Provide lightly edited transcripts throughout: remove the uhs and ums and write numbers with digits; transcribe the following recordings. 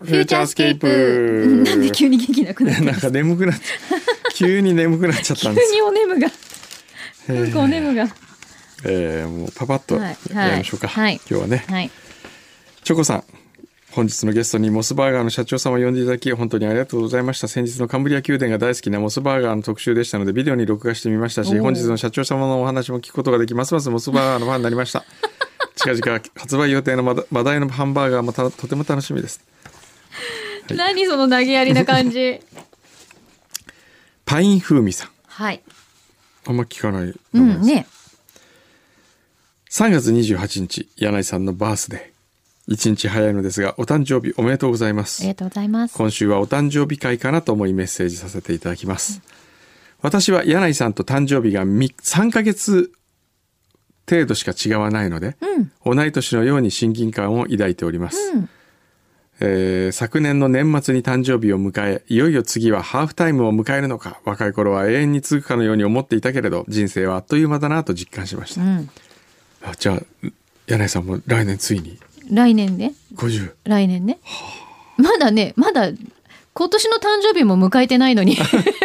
フューチャースケープ。 なんで急に元気なくなったんですか。 なんか眠くなっちゃ急に眠くなっちゃったんです。 急にお眠がなんかお眠が、 もうパパッとやりましょうか、 はい、 今日はね、 はい、 チョコさん、本日のゲストにモスバーガーの社長様を呼んでいただき本当にありがとうございました。先日のカンブリア宮殿が大好きなモスバーガーの特集でしたのでビデオに録画してみましたし、本日の社長様のお話も聞くことができますますモスバーガーのファンになりました近々発売予定の話題のハンバーガーもとても楽しみです、 はい、何その投げやりな感じパイン風味さん、 はい、 あんま聞かない、 ね。 3月28日柳井さんのバースデー、1日早いのですがお誕生日おめでとうございます。 ありがとうございます。 今週はお誕生日会かなと思いメッセージさせていただきます、私は柳井さんと誕生日が3ヶ月程度しか違わないので、同い年のように親近感を抱いております、昨年の年末に誕生日を迎え、いよいよ次はハーフタイムを迎えるのか、若い頃は永遠に続くかのように思っていたけれど人生はあっという間だなと実感しました、じゃあ柳井さんも来年ついに来年ね、 50、 来年ね、まだ今年の誕生日も迎えてないのに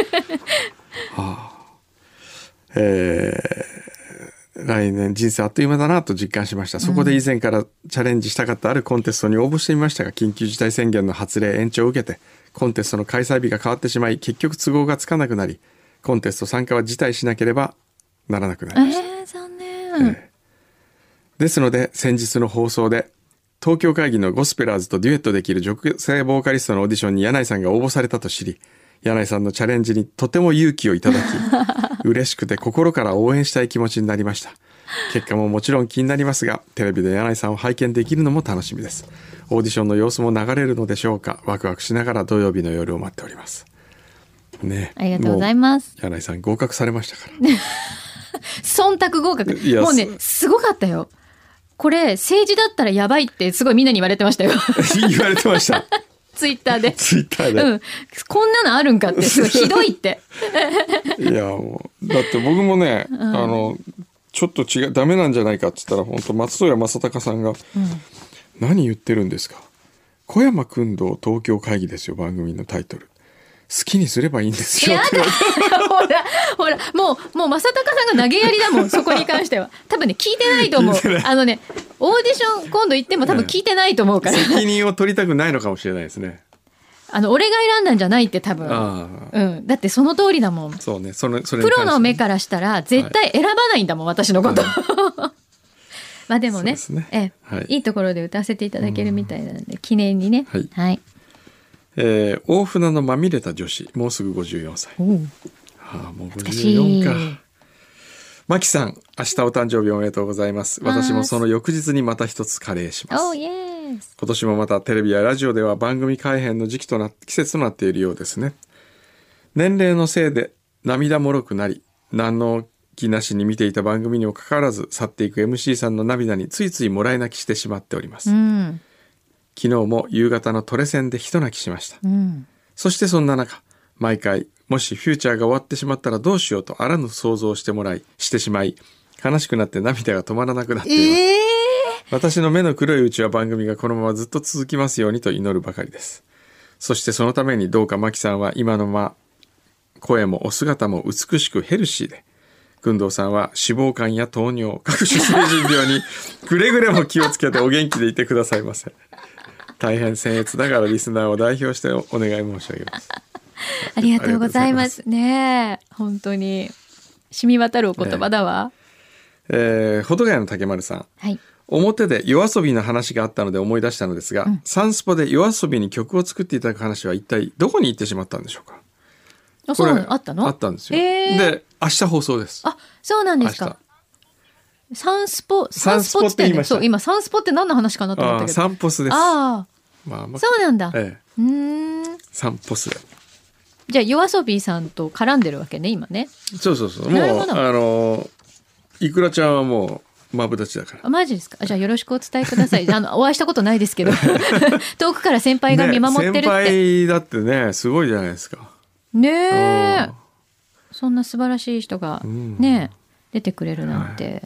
来年人生あっという間だなと実感しました。そこで以前からチャレンジしたかったあるコンテストに応募してみましたが、緊急事態宣言の発令延長を受けてコンテストの開催日が変わってしまい、結局都合がつかなくなりコンテスト参加は辞退しなければならなくなりました、 残念、 ですので先日の放送で東京会議のゴスペラーズとデュエットできる女性ボーカリストのオーディションに柳井さんが応募されたと知り、柳井さんのチャレンジにとても勇気をいただき嬉しくて心から応援したい気持ちになりました。結果ももちろん気になりますが、テレビで柳井さんを拝見できるのも楽しみです。オーディションの様子も流れるのでしょうか。ワクワクしながら土曜日の夜を待っておりますね。 ありがとうございます。 柳井さん合格されましたから忖度合格、もうねすごかったよ。これ政治だったらやばいってすごいみんなに言われてましたよ言われてましたツイッターでこんなのあるんかってすごいひどいっていやもうだって僕もね、ちょっと違うダメなんじゃないかって言ったら本当松任谷正隆さんが、何言ってるんですか、小山君堂東京会議ですよ、番組のタイトル。好きにすればいいんですよ。 ほらもう正隆さんが投げやりだもんそこに関しては。多分ね聞いてないと思う。オーディション今度行っても多分聞いてないと思うから、 責任を取りたくないのかもしれないですね。 俺が選んだんじゃないって多分、だってその通りだもん。 そうね、それプロの目からしたら絶対選ばないんだもん、私のこと、まあでもね、いいところで歌わせていただけるみたいなので、記念にね、 大船のまみれた女子、もうすぐ54歳。もう54か。マキさん、明日お誕生日おめでとうございます。私もその翌日にまた一つカレーします。今年もまたテレビやラジオでは番組改編の季節となっているようですね。年齢のせいで涙もろくなり、何の気なしに見ていた番組にもかかわらず去っていく MC さんの涙についついもらい泣きしてしまっております。昨日も夕方のトレセンで一泣きしました、そしてそんな中、毎回もしフューチャーが終わってしまったらどうしようとあらぬ想像をしてしまい悲しくなって涙が止まらなくなっています、私の目の黒いうちは番組がこのままずっと続きますようにと祈るばかりです。そしてそのためにどうかマキさんは今の声もお姿も美しくヘルシーで、工藤さんは脂肪肝や糖尿各種成人病にくれぐれも気をつけてお元気でいてくださいませ。大変僭越ながらリスナーを代表してお願い申し上げます。 ありがとうございますね。本当に染み渡るお言葉だわ。 ほどがやの竹丸さん、表で夜遊びの話があったので思い出したのですが、サンスポで夜遊びに曲を作っていただく話は一体どこに行ってしまったんでしょうか。 そうなの、あったの？ あったんですよ、で明日放送です。 そうなんですか。サンスポって言いました。そう、今サンスポって何の話かなと思ったけど。 サンポスです。 そうなんだ。 サンポス。 じゃあ夜遊びさんと絡んでるわけね今ね。 そうもういくらちゃんはもうマブダチだから。 マジですか。じゃあよろしくお伝えください。お会いしたことないですけど遠くから先輩が見守ってるって、 先輩だってねすごいじゃないですかねえ。そんな素晴らしい人がね、出てくれるなんて。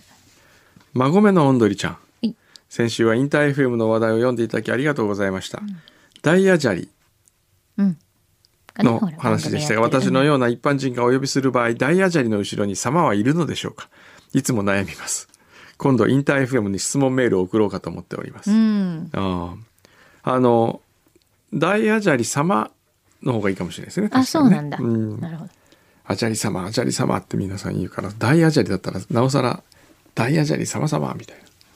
馬込のおんどりちゃん、先週はインター FM の話題を読んでいただきありがとうございました、 ダイヤ砂利うんの話でしたが、私のような一般人がお呼びする場合、ダイヤ砂利の後ろに様はいるのでしょうか。いつも悩みます。今度インター FM に質問メールを送ろうかと思っております。ダイヤ砂利様の方がいいかもしれないですね。 あ、そうなんだ。なるほど。 あじゃり様あじゃり様って皆さん言うから、ダイヤ砂利だったらなおさらダイヤ砂利様様みたい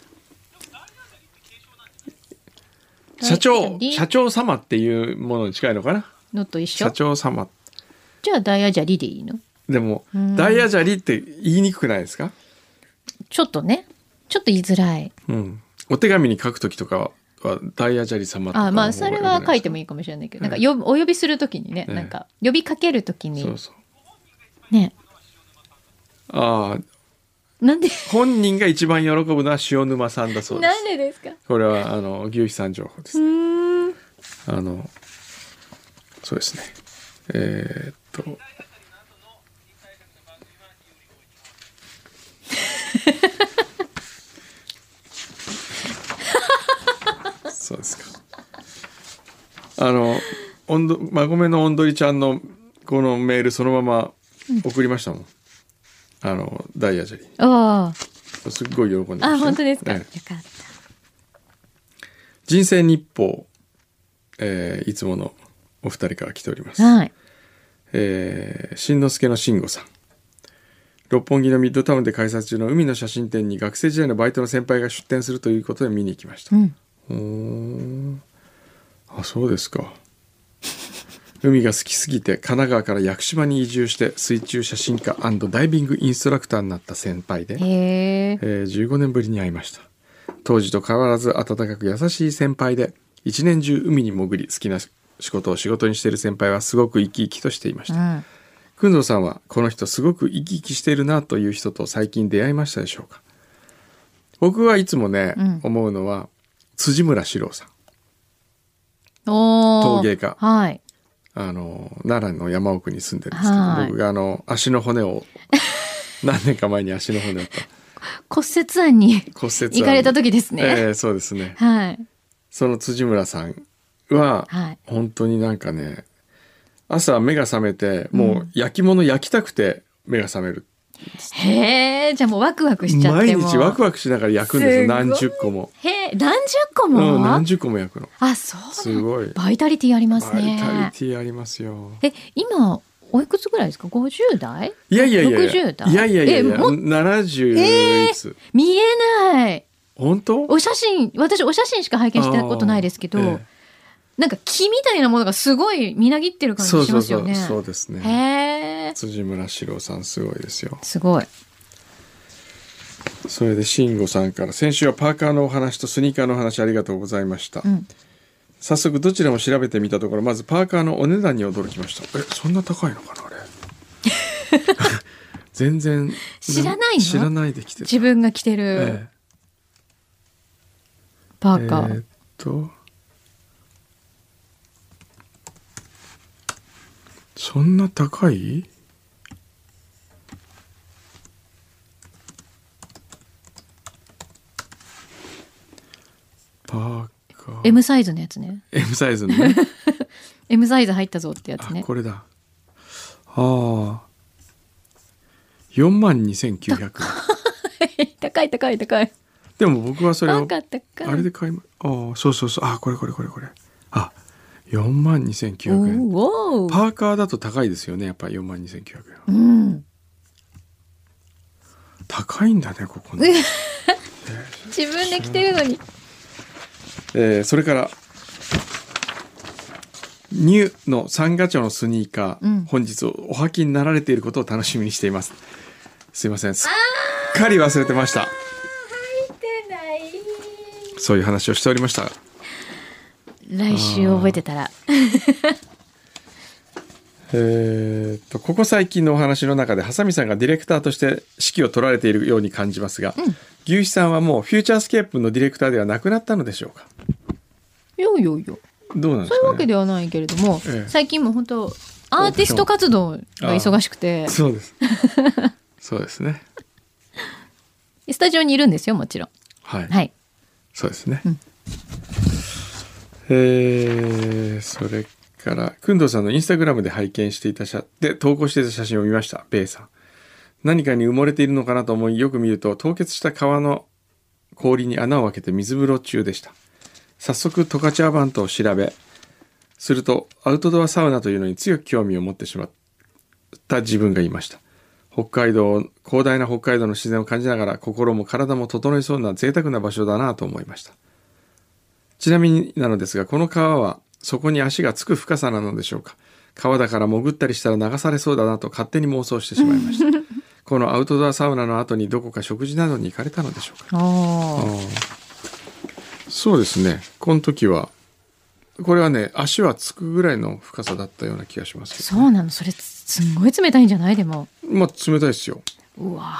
な。社長様っていうものに近いのかなのと一緒。 社長様。 じゃあダイヤ砂利でいいの？ でもダイヤ砂利って言いにくくないですか？ ちょっとね、ちょっと言いづらい。 お手紙に書くときとかはダイヤ砂利様とか。 まあそれは書いてもいいかもしれないけど、なんかお呼びするときにね、なんか呼びかけるときに、 そうそうね。 なんで本人が一番喜ぶのは塩沼さんだそうです。 なんでですか？ これは牛肥さん情報ですね。そうですね。そうですか。馬込のおんどりちゃんのこのメールそのまま送りましたもん。ダイヤ砂利。すっごい喜んでました。 あ、本当ですか。よかった。 人生日報、いつものお二人から来ております。 はい。 しんのすけのしんごさん。六本木のミッドタウンで開催中の海の写真展に学生時代のバイトの先輩が出展するということで見に行きました。あ、そうですか。海が好きすぎて神奈川から屋久島に移住して水中写真家&ダイビングインストラクターになった先輩で、15年ぶりに会いました。当時と変わらず温かく優しい先輩で、一年中海に潜り好きな仕事を仕事にしている先輩はすごく生き生きとしていました。工藤さんはこの人すごく生き生きしているなという人と最近出会いましたでしょうか。僕はいつもね、思うのは辻村四郎さん、陶芸家、 はい、 奈良の山奥に住んでるんですけど、僕が足の骨を何年か前に足の骨を骨折案に行かれた時ですね。 そうですね、 はい、 その辻村さんは、本当になんかね、朝目が覚めてもう焼き物焼きたくて目が覚める。 へえ、じゃあもうワクワクしちゃって毎日ワクワクしながら焼くんですよ。何十個も。 へえ、何十個も、 何十個も焼くの。 あ、そう。 すごい。 バイタリティありますね。 バイタリティありますよ。 今おいくつぐらいですか？50代？ いやいやいや。 60代？ いやいやいやいや。70いつ？ 見えない。 本当？ 私お写真しか拝見したことないですけど、なんか木みたいなものがすごいみなぎってる感じしますよね。 そうですね。 へえ。 辻村四郎さんすごいですよ。 すごい。 それで慎吾さんから、先週はパーカーのお話とスニーカーのお話ありがとうございました。早速どちらも調べてみたところ、まずパーカーのお値段に驚きました。そんな高いのかなあれ。全然知らないの？ 知らないで着てた。 自分が着てるパーカー。 そんな高い？パーカー M サイズのやつね。 M サイズのね M サイズ入ったぞってやつね。 これだ。42,900円。 高い高い高い。 でも僕はそれをあれで買いそうそうそう、これ42,900円。パーカーだと高いですよね、やっぱり42,900円。高いんだね、ここね。 自分で着てるのに。 それからニューの三ガチョのスニーカー、本日お履きになられていることを楽しみにしています。すいません、すっかり忘れてました。 履いてない。 そういう話をしておりました。 来週覚えてたら。 ここ最近のお話の中でハサミさんがディレクターとして指揮を取られているように感じますが、牛肥さんはもうフューチャースケープのディレクターではなくなったのでしょうか？ いやいやいや、 どうなんですかね。 そういうわけではないけれども、最近も本当アーティスト活動が忙しくて。 そうですそうですね。 スタジオにいるんですよ、もちろん。 はい、そうですね。 それから工藤さんのインスタグラムで拝見していたで投稿していた写真を見ました。ベイさん、何かに埋もれているのかなと思い、よく見ると凍結した川の氷に穴を開けて水風呂中でした。早速トカチャーバントを調べ、するとアウトドアサウナというのに強く興味を持ってしまった自分がいました。広大な北海道の自然を感じながら心も体も整いそうな贅沢な場所だなと思いました。ちなみになのですが、この川はそこに足がつく深さなのでしょうか。川だから潜ったりしたら流されそうだなと勝手に妄想してしまいました。このアウトドアサウナの後にどこか食事などに行かれたのでしょうか。そうですね、この時はこれはね、足はつくぐらいの深さだったような気がしますけど、ね、 そうなの。それすんごい冷たいんじゃない？でもまあ冷たいですよ。 うわ、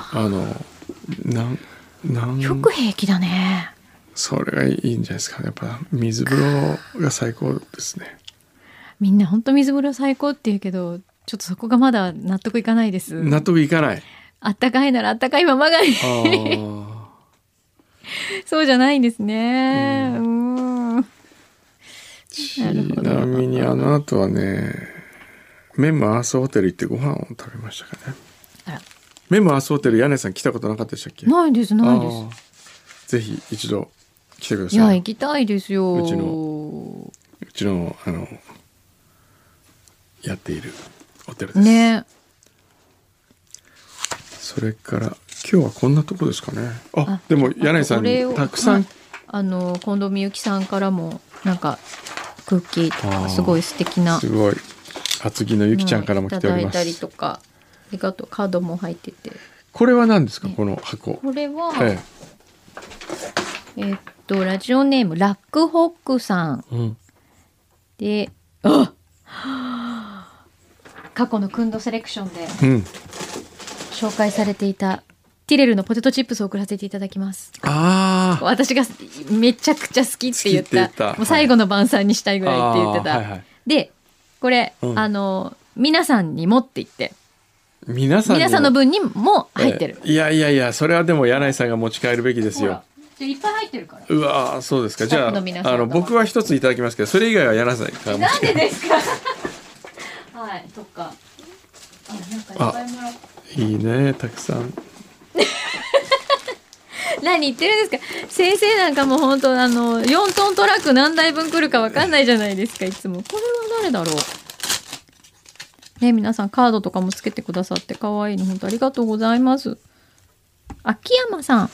よく平気だね。 それがいいんじゃないですか。やっぱ水風呂が最高ですね。 みんな本当水風呂最高って言うけど、ちょっとそこがまだ納得いかないです。 納得いかない。 あったかいならあったかいままがいい。そうじゃないんですね。 ちなみにあの後はね、メムアースホテル行ってご飯を食べましたかね。メムアースホテル、柳井さん来たことなかったでしたっけ？ ないです、ないです。 ぜひ一度来てください。 いや、行きたいですよ。 うちのやっているホテルですね。それから今日はこんなとこですかね。でも柳井さんにたくさん、 近藤美幸さんからもなんかクッキーとかすごい素敵な、 すごい厚木のゆきちゃんからも来ております。 いただいたりとか、ありがとう。カードも入ってて。 これは何ですか、この箱。 これは、ラジオネームラックホックさん、で、過去のクンドセレクションで紹介されていたティレルのポテトチップスを送らせていただきます。私がめちゃくちゃ好きって言ったもう最後の晩餐にしたいぐらいって言ってた、でこれ、皆さんに持って行って、皆さんの分にも入ってる、 いやそれはでも柳井さんが持ち帰るべきですよ。 いっぱい入ってるから。 うわ、そうですか。じゃあ僕は一ついただきますけど、それ以外は柳井さんからなんでですか。はい、とかなんかいっぱいもらって、 いいね、たくさん。 何言ってるんですか先生。なんかもう本当4トントラック何台分来るか分かんないじゃないですか、いつも。これは誰だろうね。皆さんカードとかもつけてくださって可愛いの、本当ありがとうございます。秋山さん、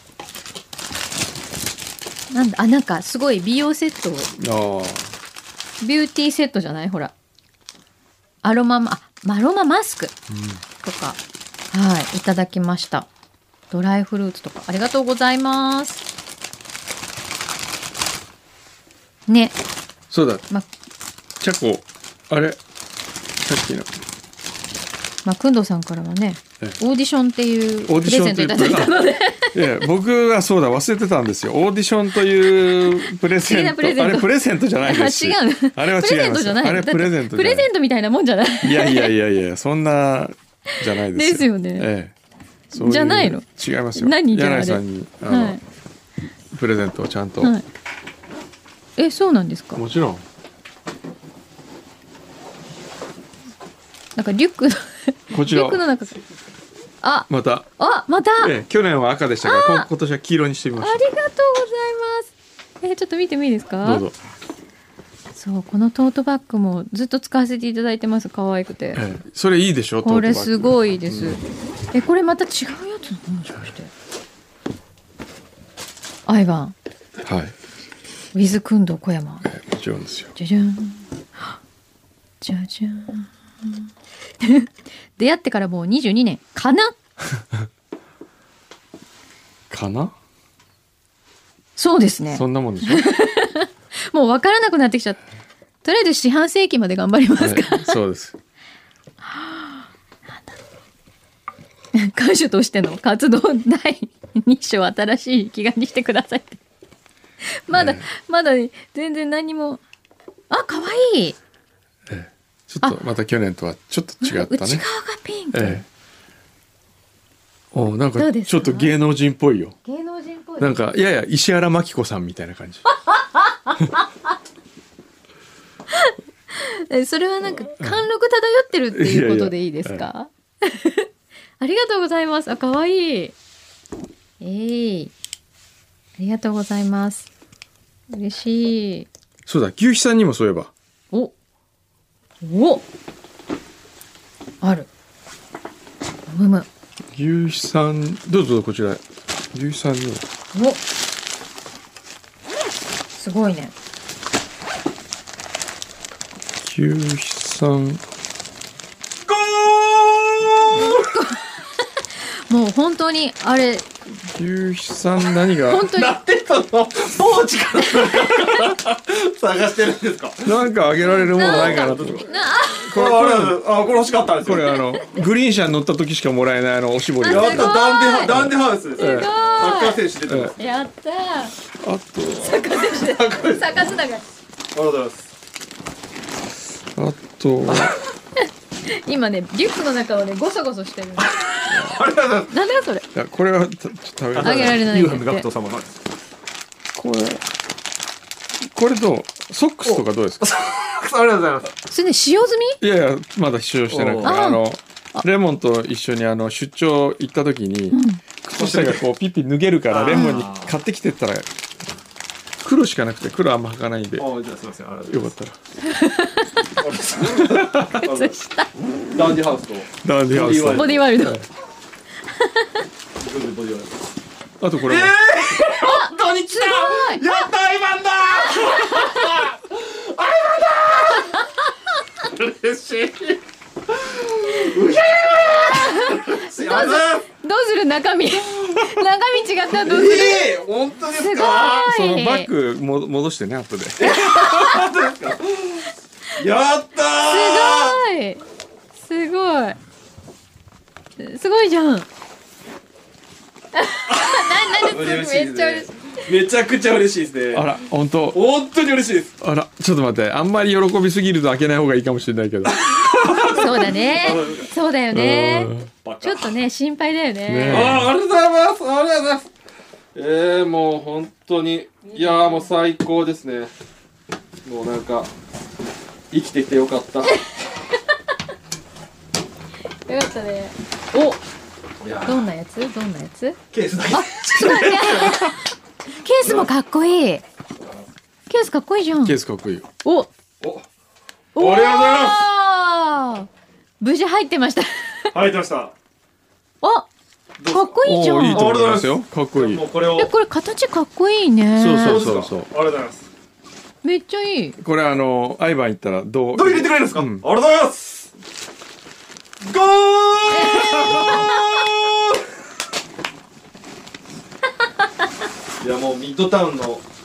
なんかすごい美容セットを、ビューティーセットじゃない、ほら、アロママスクとか、いただきました。ドライフルーツとかありがとうございますね。 そうだ、チャコ、あれさっきの工藤さんからはね、オーディションっていうプレゼントいただいたので、 僕はそうだ、忘れてたんですよ。オーディションというプレゼント。あれプレゼントじゃないですし。 違う、 あれは違います。 プレゼントじゃない。 あれプレゼントじゃない。 プレゼントみたいなもんじゃない。 いやそんなじゃないですよ。 ですよね。じゃないの。 違いますよ。 何じゃあれ。 柳井さんにプレゼントをちゃんと。 そうなんですか。 もちろん。 なんかリュックのこちら。 リュックの中。 また。去年は赤でしたが、今年は黄色にしてみました。 ありがとうございます。ちょっと見てもいいですか。 どうぞ。 そう、このトートバッグもずっと使わせていただいてます。可愛くて。 それいいでしょ。 これすごいです。これまた違うやつなのもしかして。アイバン。 はい。 ウィズクンド小山。 もちろんですよ。 じゃじゃん。じゃじゃん。出会ってからもう22年かな。 かな。 そうですね。 そんなもんでしょ。 もう分からなくなってきちゃった。とりあえず四半世紀まで頑張りますか。 そうです。 歌手としての活動第2章新しい気がにしてくださいって。まだ全然何も。可愛い。 ちょっとまた去年とはちょっと違ったね。 内側がピンク。 なんかちょっと芸能人っぽいよ。 芸能人っぽい。 なんかやや石原真紀子さんみたいな感じ。 それはなんか貫禄漂ってるっていうことでいいですか？ありがとうございます。あ、かわいい。ありがとうございます。嬉しい。 そうだ、牛肥さんにもそういえば。 おある。むむ。 牛肥さん、どうぞこちら。牛肥さんに。 すごいね。 牛肥さん。 もう本当にあれ。 牛肥さん何が本当になってたの？ポーチから探してるんですか？ なんかあげられるものないかなと。これ欲しかったんですよ。 これグリーン車に乗った時しかもらえないおしぼり。 やった、ダンデハウスです。サッカー選手出てます。 やったー。 あとサッカー選手サッカーつながり。 ありがとうございます。 あと今ねリュックの中をねゴソゴソしてる。なんだそれ。いやこれはちょっと食べられない。 あげられないんだって。 これどう？ソックスとかどうですか？ ありがとうございます。 それね使用済み？ いやいやまだ使用してなくてレモンと一緒に出張行った時に、靴下がこうピッピ脱げるからレモンに買ってきてったら黒しかなくて黒あんま履かないんで。 じゃあすみません。 よかったら。 靴下。 ダンディハウスとボディワールド。 あとこれも。 本当に来た。やったアイバンだ。嬉しい。 どうする中身違ったらどうする？ 本当ですか？ すごい。 そのバッグも戻してね後で。 やったー。 すごいじゃん。 めちゃくちゃ嬉しいですね。 あら本当に嬉しいです。 あらちょっと待って、あんまり喜びすぎると開けない方がいいかもしれないけど。 そうだね。そうだよね。ちょっとね心配だよね。 ありがとうございます。ありがとうございます。もう本当にいやもう最高ですね。もうなんか生きてきてよかった。よかったね。どんなやつ？ ケースだけ。 ケースもかっこいい。ケースかっこいいじゃん。 ケースかっこいいよ。 ありがとうございます。無事入ってました。 入ってました。 かっこいいじゃん。 いいと思いますよ。かっこいい。 これ形かっこいいね。 そう。 ありがとうございます。 めっちゃいい。 これアイバン行ったらどう入れてくれるんですか？ありがとうございます。ゴー。いやもうミッドタウン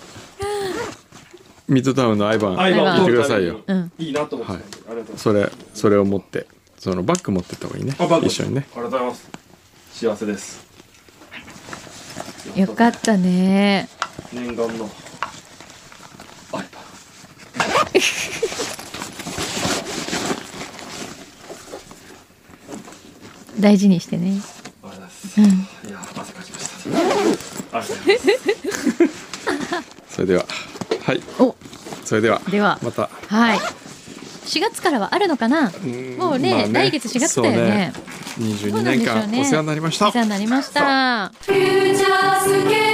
のアイバン行ってくださいよ。 いいなと思って。ありがとうございます。 それを持ってバッグ持ってった方がいいね。一緒にね。 ありがとうございます。幸せです。 よかったね。 念願のアイバン。 大事にしてね。 ありがとうございます。いや汗かきました。ありがとうございます。 それではそれではまた。 はい。4月からはあるのかな。もうね来月4月だよね。 22年間お世話になりました。 お世話になりました。フューチャースケ